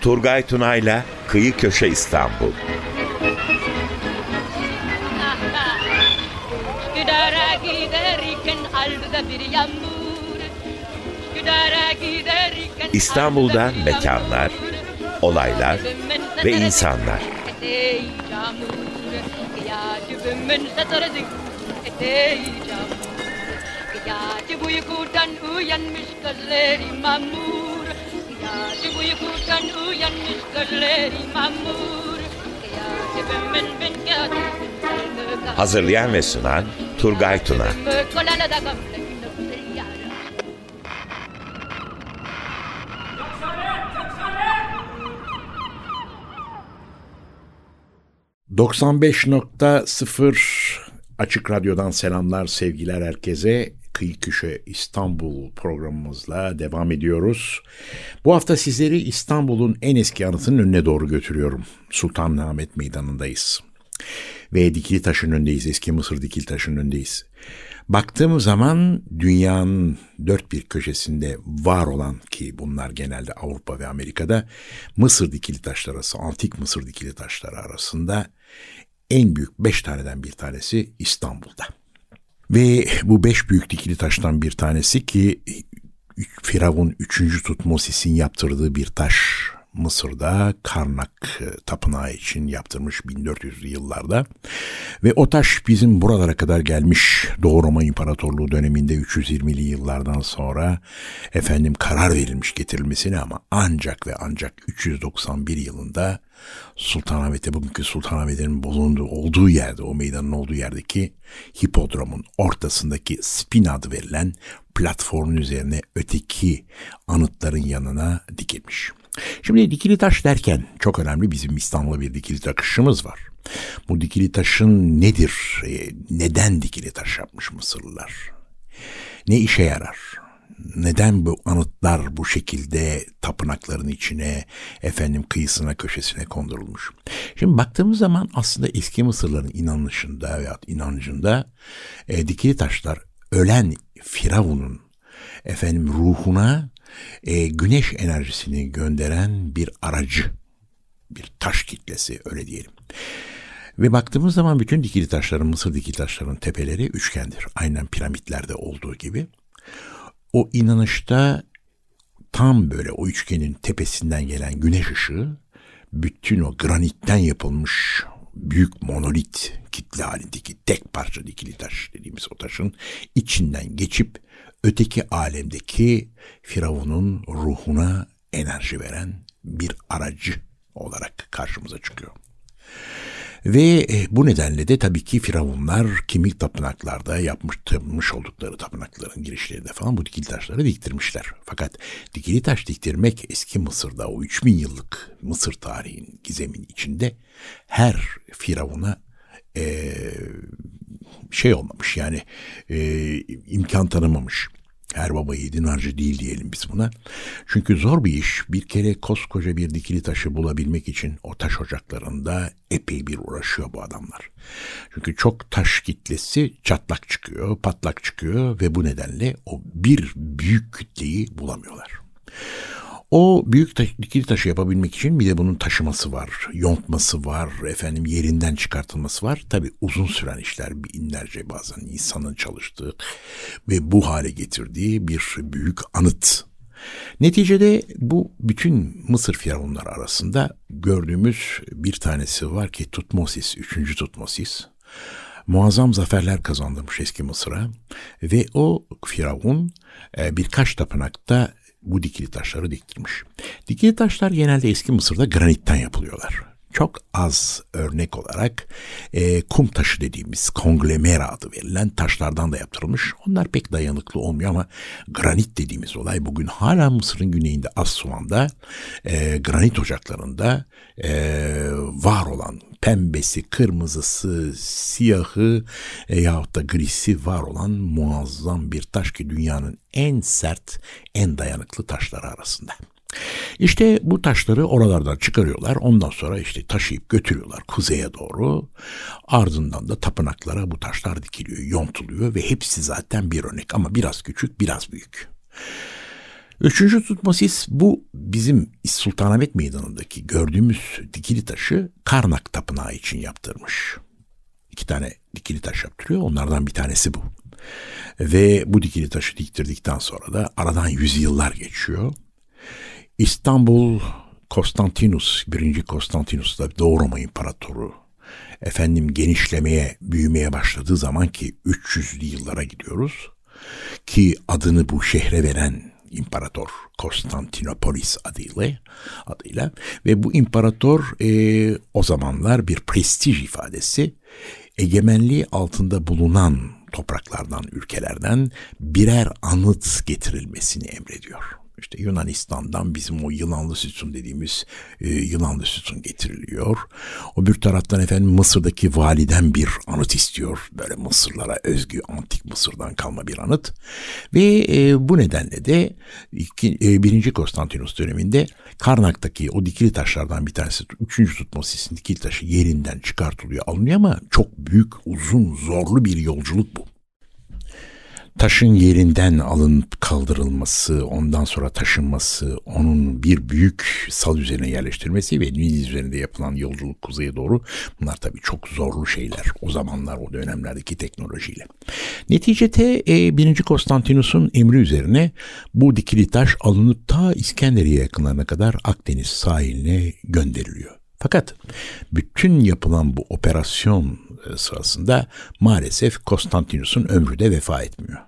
Turgay Tunay'la Kıyı Köşe İstanbul. İstanbul'dan mekanlar, olaylar ve insanlar. Gece uykudan uyanmış gözleri mamur. Gece uykudan uyanmış gözleri mamur. Hazırlayan ve sunan Turgay Tunay. ...95.0 Açık Radyo'dan selamlar, sevgiler herkese. Kıyı Köşe İstanbul programımızla devam ediyoruz. Bu hafta sizleri İstanbul'un en eski anıtının önüne doğru götürüyorum. Sultanahmet Meydanı'ndayız. Ve Dikilitaş'ın önündeyiz. Eski Mısır Dikilitaş'ın önündeyiz. Baktığım zaman dünyanın dört bir köşesinde var olan, ki bunlar genelde Avrupa ve Amerika'da, Mısır Dikilitaşları arası, antik Mısır Dikilitaşları arasında en büyük 5 taneden bir tanesi İstanbul'da. Ve bu 5 büyük dikili taştan bir tanesi, ki Firavun 3. Tutmosis'in yaptırdığı bir taş, Mısır'da Karnak tapınağı için yaptırmış 1400'lü yıllarda. Ve o taş bizim buralara kadar gelmiş. Doğu Roma İmparatorluğu döneminde 320'li yıllardan sonra karar verilmiş getirilmesine, ama ancak ve ancak 391 yılında Sultanahmet'te, bugünkü Sultanahmet'in bulunduğu olduğu yerde, o meydanın olduğu yerdeki hipodromun ortasındaki Spin adı verilen platformun üzerine öteki anıtların yanına dikilmiş. Şimdi dikili taş derken çok önemli, bizim İstanbul'a bir dikili taşımız var. Bu dikili taşın nedir? Neden dikili taş yapmış Mısırlılar? Ne işe yarar? Neden bu anıtlar bu şekilde tapınakların içine, kıyısına, köşesine kondurulmuş? Şimdi baktığımız zaman aslında eski Mısırlıların inanışında veya inancında dikili taşlar ölen Firavun'un ruhuna güneş enerjisini gönderen bir aracı, bir taş kitlesi, öyle diyelim. Ve baktığımız zaman bütün dikili taşların, Mısır dikili taşlarının tepeleri üçgendir. Aynen piramitlerde olduğu gibi. O inanışta tam böyle o üçgenin tepesinden gelen güneş ışığı bütün o granitten yapılmış büyük monolit kitle halindeki tek parça dikili taş dediğimiz o taşın içinden geçip öteki alemdeki Firavun'un ruhuna enerji veren bir aracı olarak karşımıza çıkıyor. Ve bu nedenle de tabii ki Firavunlar kimi tapınaklarda yapmış oldukları tapınakların girişlerinde falan bu dikili taşları diktirmişler. Fakat dikili taş diktirmek eski Mısır'da, o 3000 yıllık Mısır tarihinin gizemin içinde her Firavun'a olmamış, yani imkan tanımamış. Her baba yiğidin harcı değil diyelim biz buna. Çünkü zor bir iş. Bir kere koskoca bir dikili taşı bulabilmek için o taş ocaklarında epey bir uğraşıyor bu adamlar. Çünkü çok taş kitlesi çatlak çıkıyor, patlak çıkıyor ve bu nedenle o bir büyük kütleyi bulamıyorlar. O büyük dikili taşı yapabilmek için bir de bunun taşıması var, yontması var, yerinden çıkartılması var. Tabii uzun süren işler, binlerce bazen insanın çalıştığı ve bu hale getirdiği bir büyük anıt. Neticede bu bütün Mısır firavunları arasında gördüğümüz bir tanesi var ki Tutmosis, 3. Tutmosis. Muazzam zaferler kazandırmış eski Mısır'a ve o firavun birkaç tapınakta bu dikili taşları diktirmiş. Dikili taşlar genelde eski Mısır'da granitten yapılıyorlar. Çok az örnek olarak kum taşı dediğimiz konglomerat adı verilen taşlardan da yaptırılmış. Onlar pek dayanıklı olmuyor ama granit dediğimiz olay bugün hala Mısır'ın güneyinde Assuan'da granit ocaklarında var olan pembesi, kırmızısı, siyahı yahut da grisi var olan muazzam bir taş ki dünyanın en sert, en dayanıklı taşları arasında. İşte bu taşları oralardan çıkarıyorlar. Ondan sonra taşıyıp götürüyorlar kuzeye doğru. Ardından da tapınaklara bu taşlar dikiliyor, yontuluyor ve hepsi zaten bir örnek ama biraz küçük, biraz büyük. Üçüncü Tutmosis, bu bizim Sultanahmet Meydanı'ndaki gördüğümüz dikili taşı Karnak Tapınağı için yaptırmış. 2 tane dikili taş yaptırıyor. Onlardan bir tanesi bu. Ve bu dikili taşı diktirdikten sonra da aradan yüzyıllar geçiyor. İstanbul, Konstantinus, 1. Konstantinus da Doğu Roma İmparatoru genişlemeye, büyümeye başladığı zaman ki 300'lü yıllara gidiyoruz ki adını bu şehre veren İmparator Konstantinopolis adıyla ve bu imparator o zamanlar bir prestij ifadesi, egemenliği altında bulunan topraklardan, ülkelerden birer anıt getirilmesini emrediyor. İşte Yunanistan'dan bizim o yılanlı sütun dediğimiz yılanlı sütun getiriliyor. O bir taraftan Mısır'daki validen bir anıt istiyor. Böyle Mısırlara özgü, antik Mısır'dan kalma bir anıt. Ve bu nedenle de 1. Konstantinus döneminde Karnak'taki o dikili taşlardan bir tanesi 3. Tutmosis'in dikili taşı yerinden çıkartılıyor, alınıyor ama çok büyük, uzun, zorlu bir yolculuk bu. Taşın yerinden alınıp kaldırılması, ondan sonra taşınması, onun bir büyük sal üzerine yerleştirmesi ve Nil üzerinde yapılan yolculuk kuzeye doğru, bunlar tabii çok zorlu şeyler o zamanlar, o dönemlerdeki teknolojiyle. Neticede 1. Konstantinus'un emri üzerine bu dikili taş alınıp ta İskenderiye yakınlarına kadar Akdeniz sahiline gönderiliyor. Fakat bütün yapılan bu operasyon sırasında maalesef Konstantinus'un ömrü de vefa etmiyor.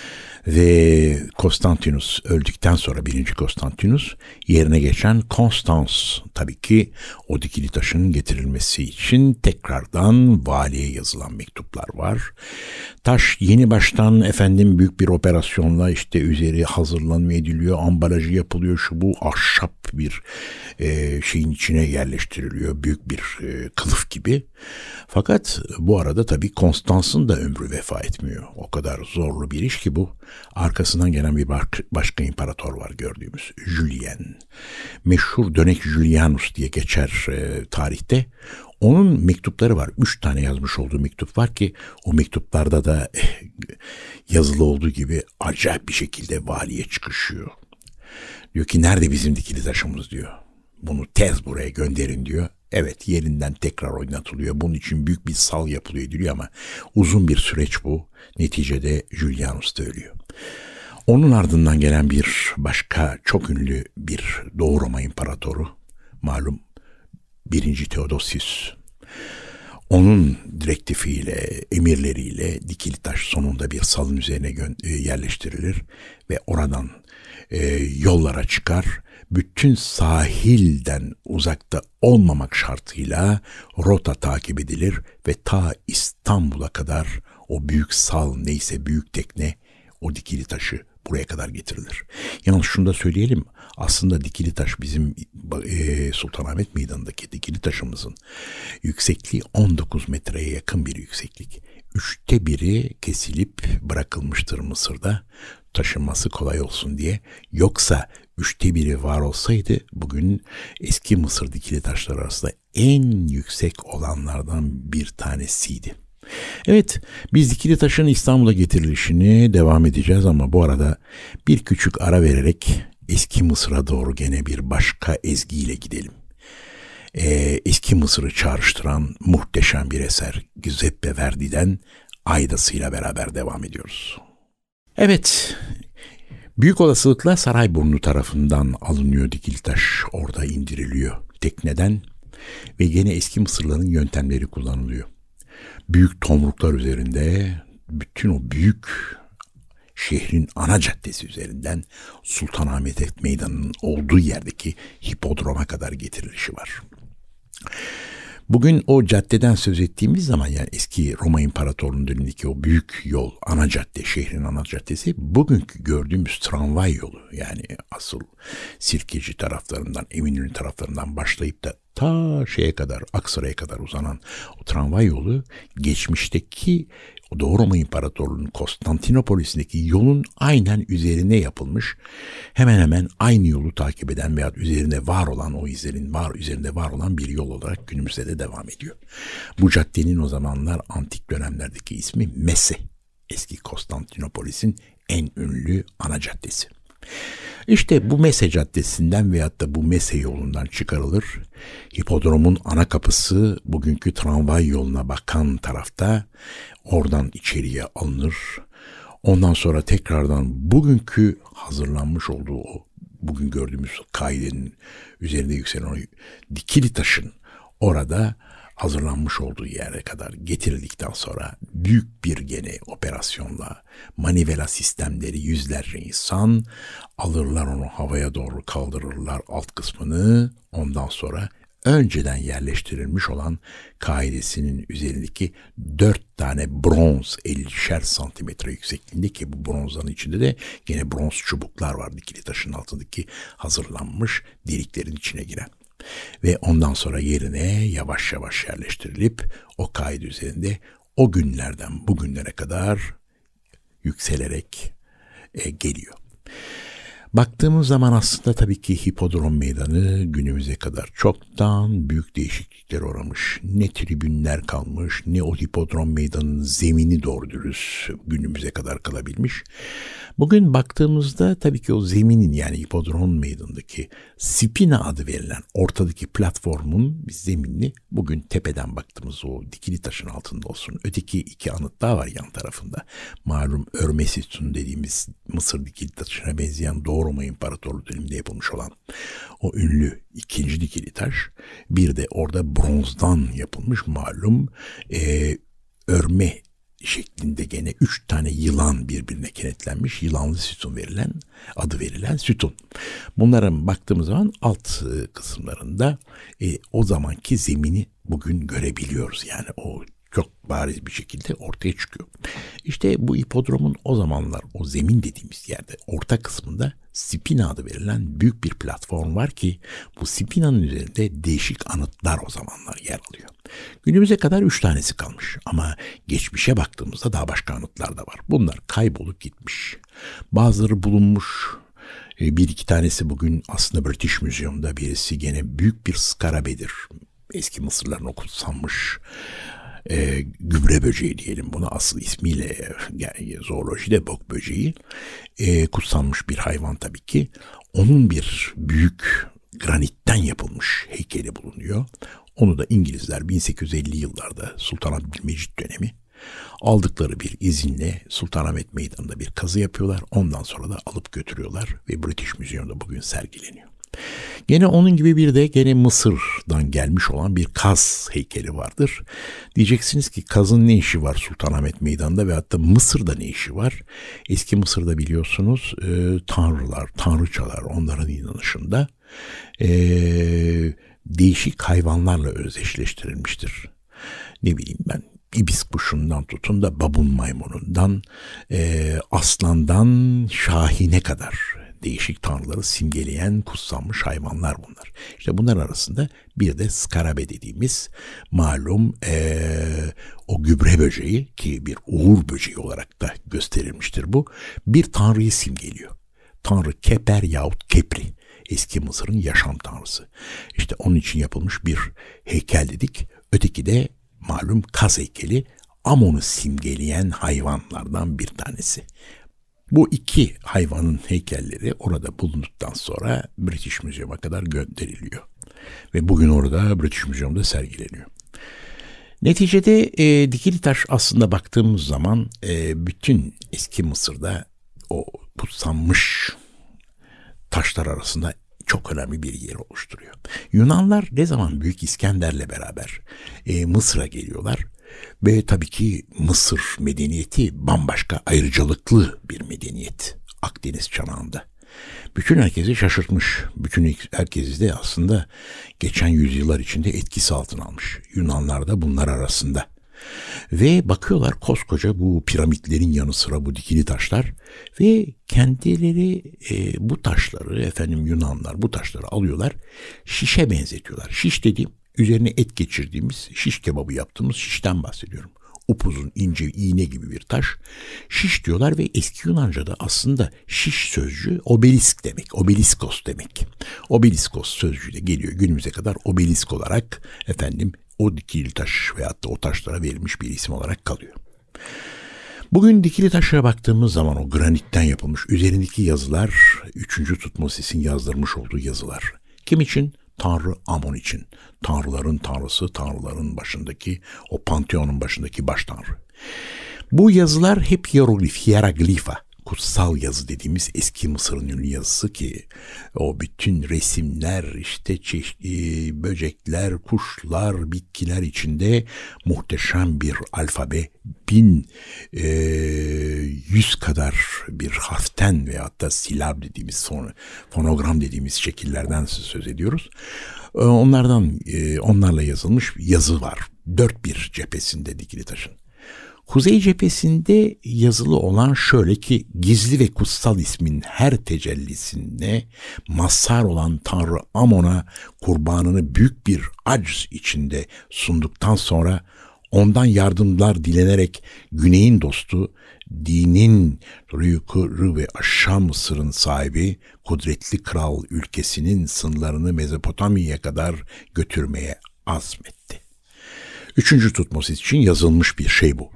Ve Konstantinus öldükten sonra 1. Konstantinus yerine geçen Konstans tabii ki o dikili taşın getirilmesi için tekrardan valiye yazılan mektuplar var. Taş yeni baştan büyük bir operasyonla üzeri hazırlanmaya ediliyor, ambalajı yapılıyor, şu bu ahşap bir şeyin içine yerleştiriliyor, büyük bir kılıf gibi. Fakat bu arada tabii Konstans'ın da ömrü vefa etmiyor. O kadar zorlu bir iş ki bu. Arkasından gelen bir başka imparator var gördüğümüz, Julian. Meşhur dönek Julianus diye geçer tarihte. Onun mektupları var. 3 tane yazmış olduğu mektup var ki o mektuplarda da yazılı olduğu gibi acayip bir şekilde valiye çıkışıyor. Diyor ki nerede bizim dikili taşımız diyor. Bunu tez buraya gönderin diyor. Evet, yerinden tekrar oynatılıyor. Bunun için büyük bir sal yapılıyor ediliyor ama uzun bir süreç bu. Neticede Julianus da ölüyor. Onun ardından gelen bir başka çok ünlü bir Doğu Roma İmparatoru, malum 1. Theodosius. Onun direktifiyle, emirleriyle dikili taş sonunda bir salın üzerine yerleştirilir ve oradan yollara çıkar. Bütün sahilden uzakta olmamak şartıyla rota takip edilir ve ta İstanbul'a kadar o büyük sal, neyse büyük tekne, o dikili taşı buraya kadar getirilir. Yalnız şunu da söyleyelim, aslında dikili taş bizim Sultanahmet Meydanı'ndaki dikili taşımızın yüksekliği 19 metreye yakın bir yükseklik. 3'te 1'i kesilip bırakılmıştır Mısır'da, taşınması kolay olsun diye. Yoksa 3'te 1'i var olsaydı bugün eski Mısır dikili taşlar arasında en yüksek olanlardan bir tanesiydi. Evet, biz dikili taşın İstanbul'a getirilişini devam edeceğiz ama bu arada bir küçük ara vererek eski Mısır'a doğru gene bir başka ezgiyle gidelim. Eski Mısır'ı çağrıştıran muhteşem bir eser Giuseppe Verdi'den Aida'sıyla beraber devam ediyoruz. Evet, büyük olasılıkla Sarayburnu tarafından alınıyor dikili taş, orada indiriliyor tekneden ve gene eski Mısırlıların yöntemleri kullanılıyor. Büyük tomruklar üzerinde, bütün o büyük şehrin ana caddesi üzerinden Sultanahmet Meydanı'nın olduğu yerdeki hipodroma kadar getirilişi var. Bugün o caddeden söz ettiğimiz zaman, yani eski Roma İmparatorluğu'nun dönemindeki o büyük yol, ana cadde, şehrin ana caddesi, bugünkü gördüğümüz tramvay yolu, yani asıl Sirkeci taraflarından, Eminönü taraflarından başlayıp da ta şeye kadar, Aksaray'a kadar uzanan o tramvay yolu, geçmişteki Doğu Roma İmparatorluğu'nun Konstantinopolis'indeki yolun aynen üzerine yapılmış, hemen hemen aynı yolu takip eden veya üzerinde var olan, o izlerin üzerinde var olan bir yol olarak günümüzde de devam ediyor. Bu caddenin o zamanlar antik dönemlerdeki ismi Messe. Eski Konstantinopolis'in en ünlü ana caddesi. İşte bu Mese Caddesi'nden veyahut da bu Mese yolundan çıkarılır. Hipodromun ana kapısı bugünkü tramvay yoluna bakan tarafta, oradan içeriye alınır. Ondan sonra tekrardan bugünkü hazırlanmış olduğu o bugün gördüğümüz kaidenin üzerinde yükselen o dikili taşın orada hazırlanmış olduğu yere kadar getirildikten sonra büyük bir gene operasyonla manivela sistemleri yüzlerce insan alırlar, onu havaya doğru kaldırırlar alt kısmını. Ondan sonra önceden yerleştirilmiş olan kaidesinin üzerindeki 4 tane bronz 50'şer santimetre yüksekliğinde, ki bu bronzların içinde de gene bronz çubuklar var dikili taşın altındaki hazırlanmış deliklerin içine giren. Ve ondan sonra yerine yavaş yavaş yerleştirilip o kaide üzerinde o günlerden bugünlere kadar yükselerek geliyor. Baktığımız zaman aslında tabii ki hipodrom meydanı günümüze kadar çoktan büyük değişikliklere uğramış. Ne tribünler kalmış, ne o hipodrom meydanının zemini doğru dürüst günümüze kadar kalabilmiş. Bugün baktığımızda tabii ki o zeminin, yani hipodrom meydanındaki spina adı verilen ortadaki platformun zeminini bugün tepeden baktığımız o dikili taşın altında olsun. Öteki iki anıt daha var yan tarafında. Malum örmesi sütun dediğimiz Mısır dikili taşına benzeyen Doğu Roma İmparatorluğu döneminde yapılmış olan o ünlü ikinci dikili taş. Bir de orada bronzdan yapılmış malum örme şeklinde gene 3 tane yılan birbirine kenetlenmiş, yılanlı sütun adı verilen sütun. Bunların baktığımız zaman alt kısımlarında o zamanki zemini bugün görebiliyoruz. Yani o çok bariz bir şekilde ortaya çıkıyor. İşte bu hipodromun o zamanlar o zemin dediğimiz yerde orta kısmında spina adı verilen büyük bir platform var ki bu spinanın üzerinde değişik anıtlar o zamanlar yer alıyor. Günümüze kadar 3 tanesi kalmış ama geçmişe baktığımızda daha başka anıtlar da var. Bunlar kaybolup gitmiş. Bazıları bulunmuş. Bir iki tanesi bugün aslında British Museum'da, birisi gene büyük bir skarabedir. Eski Mısırların o kutsanmış gübre böceği diyelim buna, asıl ismiyle yani zoolojide bok böceği, kutsanmış bir hayvan tabii ki. Onun bir büyük granitten yapılmış heykeli bulunuyor. Onu da İngilizler 1850 yıllarda Sultan Abdülmecit dönemi aldıkları bir izinle Sultanahmet Meydanı'nda bir kazı yapıyorlar. Ondan sonra da alıp götürüyorlar ve British Museum'da bugün sergileniyor. Gene onun gibi bir de gene Mısır'dan gelmiş olan bir kaz heykeli vardır. Diyeceksiniz ki kazın ne işi var Sultanahmet Meydanı'nda ve hatta Mısır'da ne işi var? Eski Mısır'da biliyorsunuz tanrılar, tanrıçalar onların inanışında değişik hayvanlarla özdeşleştirilmiştir. Ne bileyim ben, ibis kuşundan tutun da babun maymunundan, aslandan şahine kadar değişik tanrıları simgeleyen kutsanmış hayvanlar bunlar. İşte bunlar arasında bir de skarabe dediğimiz malum o gübre böceği, ki bir uğur böceği olarak da gösterilmiştir bu, bir tanrıyı simgeliyor. Tanrı Keper yahut Kepri. Eski Mısır'ın yaşam tanrısı. İşte onun için yapılmış bir heykel dedik. Öteki de malum kaz heykeli, Amon'u simgeleyen hayvanlardan bir tanesi. Bu iki hayvanın heykelleri orada bulunduktan sonra British Museum'a kadar gönderiliyor. Ve bugün orada British Museum'da sergileniyor. Neticede dikili taş aslında baktığımız zaman bütün eski Mısır'da o kutsanmış taşlar arasında çok önemli bir yer oluşturuyor. Yunanlar ne zaman Büyük İskender'le beraber Mısır'a geliyorlar ve tabii ki Mısır medeniyeti bambaşka ayrıcalıklı bir medeniyet Akdeniz çanağında. Bütün herkesi şaşırtmış. Bütün herkesi de aslında geçen yüzyıllar içinde etkisi altına almış. Yunanlar da bunlar arasında. Ve bakıyorlar koskoca bu piramitlerin yanı sıra bu dikili taşlar ve kendileri bu taşları, Yunanlar bu taşları alıyorlar, şişe benzetiyorlar. Şiş dediğim üzerine et geçirdiğimiz, şiş kebabı yaptığımız şişten bahsediyorum. Upuzun ince iğne gibi bir taş. Şiş diyorlar ve eski Yunanca'da aslında şiş sözcüğü obelisk demek, obeliskos demek. Obeliskos sözcüğü de geliyor günümüze kadar obelisk olarak o dikili taş veyahut da o taşlara verilmiş bir isim olarak kalıyor. Bugün dikili taşa baktığımız zaman o granitten yapılmış üzerindeki yazılar 3. Tutmosis'in yazdırmış olduğu yazılar. Kim için? Tanrı Amon için. Tanrıların tanrısı, tanrıların başındaki, o panteonun başındaki baş tanrı. Bu yazılar hep hieroglifa, kutsal yazı dediğimiz eski Mısır'ın ünlü yazısı ki o bütün resimler, işte çeşitli böcekler, kuşlar, bitkiler içinde muhteşem bir alfabe, 1100 kadar bir harften veyahut da silab dediğimiz, fonogram dediğimiz şekillerden söz ediyoruz. Onlarla yazılmış yazı var. Dört bir cephesinde dikili taşın. Kuzey cephesinde yazılı olan şöyle ki gizli ve kutsal ismin her tecellisinde mazhar olan Tanrı Amon'a kurbanını büyük bir acz içinde sunduktan sonra ondan yardımlar dilenerek güneyin dostu, dinin yukarı ve aşağı Mısır'ın sahibi, kudretli kral ülkesinin sınırlarını Mezopotamya'ya kadar götürmeye azmetti. 3. Tutmosis için yazılmış bir şey bu.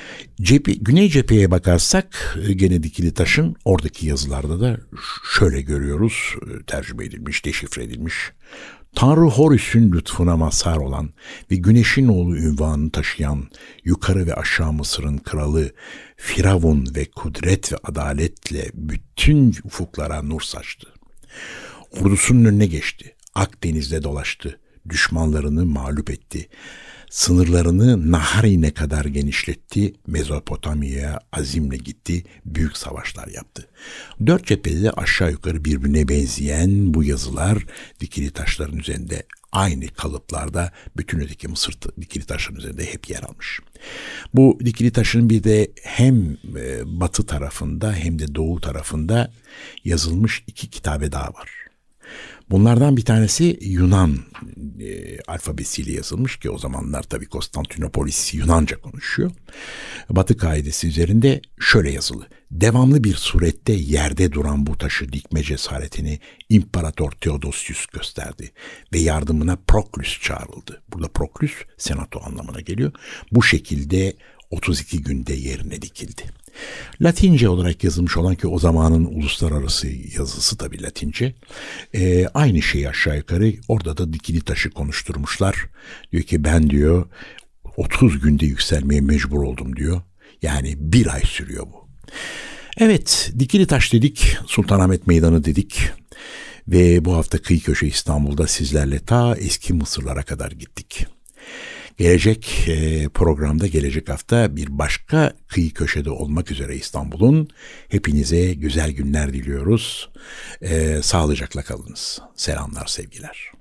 Güney cepheye bakarsak gene dikili taşın oradaki yazılarda da şöyle görüyoruz, tercüme edilmiş, deşifre edilmiş. Tanrı Horus'un lütfuna mazhar olan ve güneşin oğlu ünvanını taşıyan yukarı ve aşağı Mısır'ın kralı Firavun ve kudret ve adaletle bütün ufuklara nur saçtı. Ordusunun önüne geçti, Akdeniz'de dolaştı, düşmanlarını mağlup etti. Sınırlarını Nahari'ne kadar genişletti, Mezopotamya'ya azimle gitti, büyük savaşlar yaptı. Dört cephede de aşağı yukarı birbirine benzeyen bu yazılar dikili taşların üzerinde aynı kalıplarda bütün öteki Mısır dikili taşların üzerinde hep yer almış. Bu dikili taşın bir de hem batı tarafında hem de doğu tarafında yazılmış 2 kitabe daha var. Bunlardan bir tanesi Yunan alfabesiyle yazılmış ki o zamanlar tabii Konstantinopolis Yunanca konuşuyor. Batı kaidesi üzerinde şöyle yazılı. Devamlı bir surette yerde duran bu taşı dikme cesaretini İmparator Theodosius gösterdi ve yardımına Proklus çağrıldı. Burada Proklus senato anlamına geliyor. Bu şekilde 32 günde yerine dikildi. Latince olarak yazılmış olan ki o zamanın uluslararası yazısı tabii Latince. Aynı şeyi aşağı yukarı orada da dikili taşı konuşturmuşlar. Diyor ki ben diyor 30 günde yükselmeye mecbur oldum diyor. Yani 1 ay sürüyor bu. Evet, dikili taş dedik, Sultanahmet Meydanı dedik ve bu hafta Kıyı Köşe İstanbul'da sizlerle ta eski Mısırlara kadar gittik. Gelecek programda gelecek hafta bir başka kıyı köşede olmak üzere İstanbul'un hepinize güzel günler diliyoruz. Sağlıcakla kalınız. Selamlar, sevgiler.